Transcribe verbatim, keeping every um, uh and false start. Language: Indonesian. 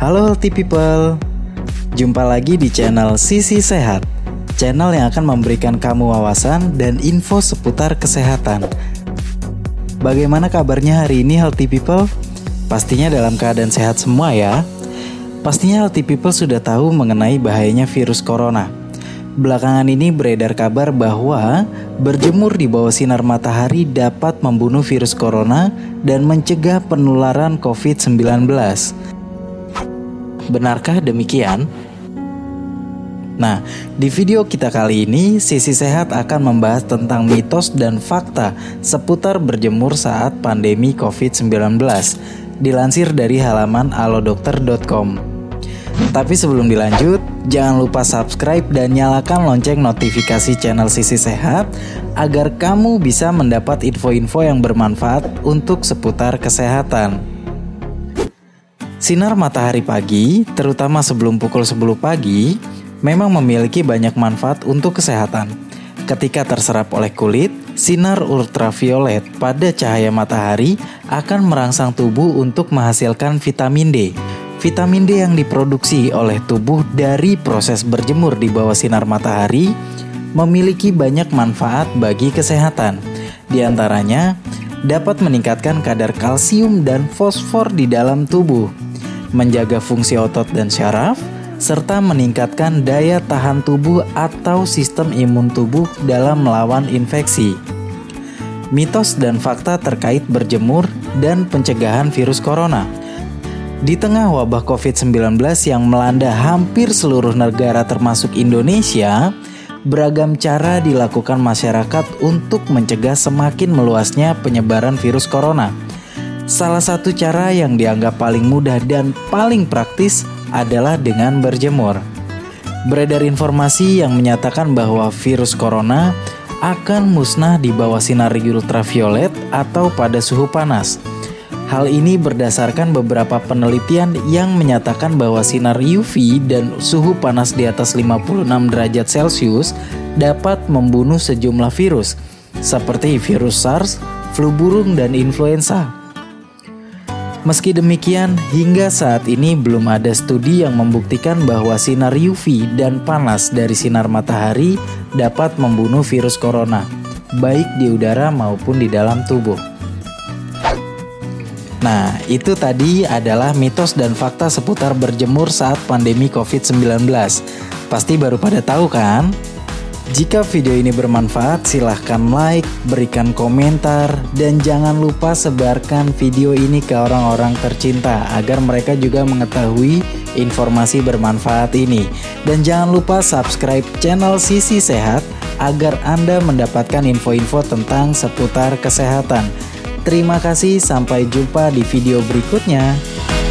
Halo healthy people, jumpa lagi di channel Sisi Sehat, channel yang akan memberikan kamu wawasan dan info seputar kesehatan. Bagaimana kabarnya hari ini healthy people? Pastinya dalam keadaan sehat semua ya. Pastinya healthy people sudah tahu mengenai bahayanya virus corona. Belakangan ini beredar kabar bahwa berjemur di bawah sinar matahari dapat membunuh virus corona dan mencegah penularan covid sembilan belas. Benarkah demikian? Nah, di video kita kali ini, Sisi Sehat akan membahas tentang mitos dan fakta seputar berjemur saat pandemi covid sembilan belas, dilansir dari halaman alodokter dot com. Tapi sebelum dilanjut, jangan lupa subscribe dan nyalakan lonceng notifikasi channel Sisi Sehat agar kamu bisa mendapat info-info yang bermanfaat untuk seputar kesehatan. Sinar matahari pagi, terutama sebelum pukul sepuluh pagi, memang memiliki banyak manfaat untuk kesehatan. Ketika terserap oleh kulit, sinar ultraviolet pada cahaya matahari akan merangsang tubuh untuk menghasilkan vitamin D. Vitamin D yang diproduksi oleh tubuh dari proses berjemur di bawah sinar matahari memiliki banyak manfaat bagi kesehatan. Di antaranya, dapat meningkatkan kadar kalsium dan fosfor di dalam tubuh, menjaga fungsi otot dan syaraf, serta meningkatkan daya tahan tubuh atau sistem imun tubuh dalam melawan infeksi. Mitos dan fakta terkait berjemur dan pencegahan virus corona. Di tengah wabah covid sembilan belas yang melanda hampir seluruh negara termasuk Indonesia, beragam cara dilakukan masyarakat untuk mencegah semakin meluasnya penyebaran virus corona. Salah satu cara yang dianggap paling mudah dan paling praktis adalah dengan berjemur. Beredar informasi yang menyatakan bahwa virus corona akan musnah di bawah sinar ultraviolet atau pada suhu panas. Hal ini berdasarkan beberapa penelitian yang menyatakan bahwa sinar U V dan suhu panas di atas lima puluh enam derajat Celcius dapat membunuh sejumlah virus, seperti virus SARS, flu burung, dan influenza. Meski demikian, hingga saat ini belum ada studi yang membuktikan bahwa sinar U V dan panas dari sinar matahari dapat membunuh virus corona, baik di udara maupun di dalam tubuh. Nah, itu tadi adalah mitos dan fakta seputar berjemur saat pandemi covid sembilan belas. Pasti baru pada tahu kan? Jika video ini bermanfaat, silahkan like, berikan komentar, dan jangan lupa sebarkan video ini ke orang-orang tercinta agar mereka juga mengetahui informasi bermanfaat ini. Dan jangan lupa subscribe channel Sisi Sehat agar Anda mendapatkan info-info tentang seputar kesehatan. Terima kasih, sampai jumpa di video berikutnya.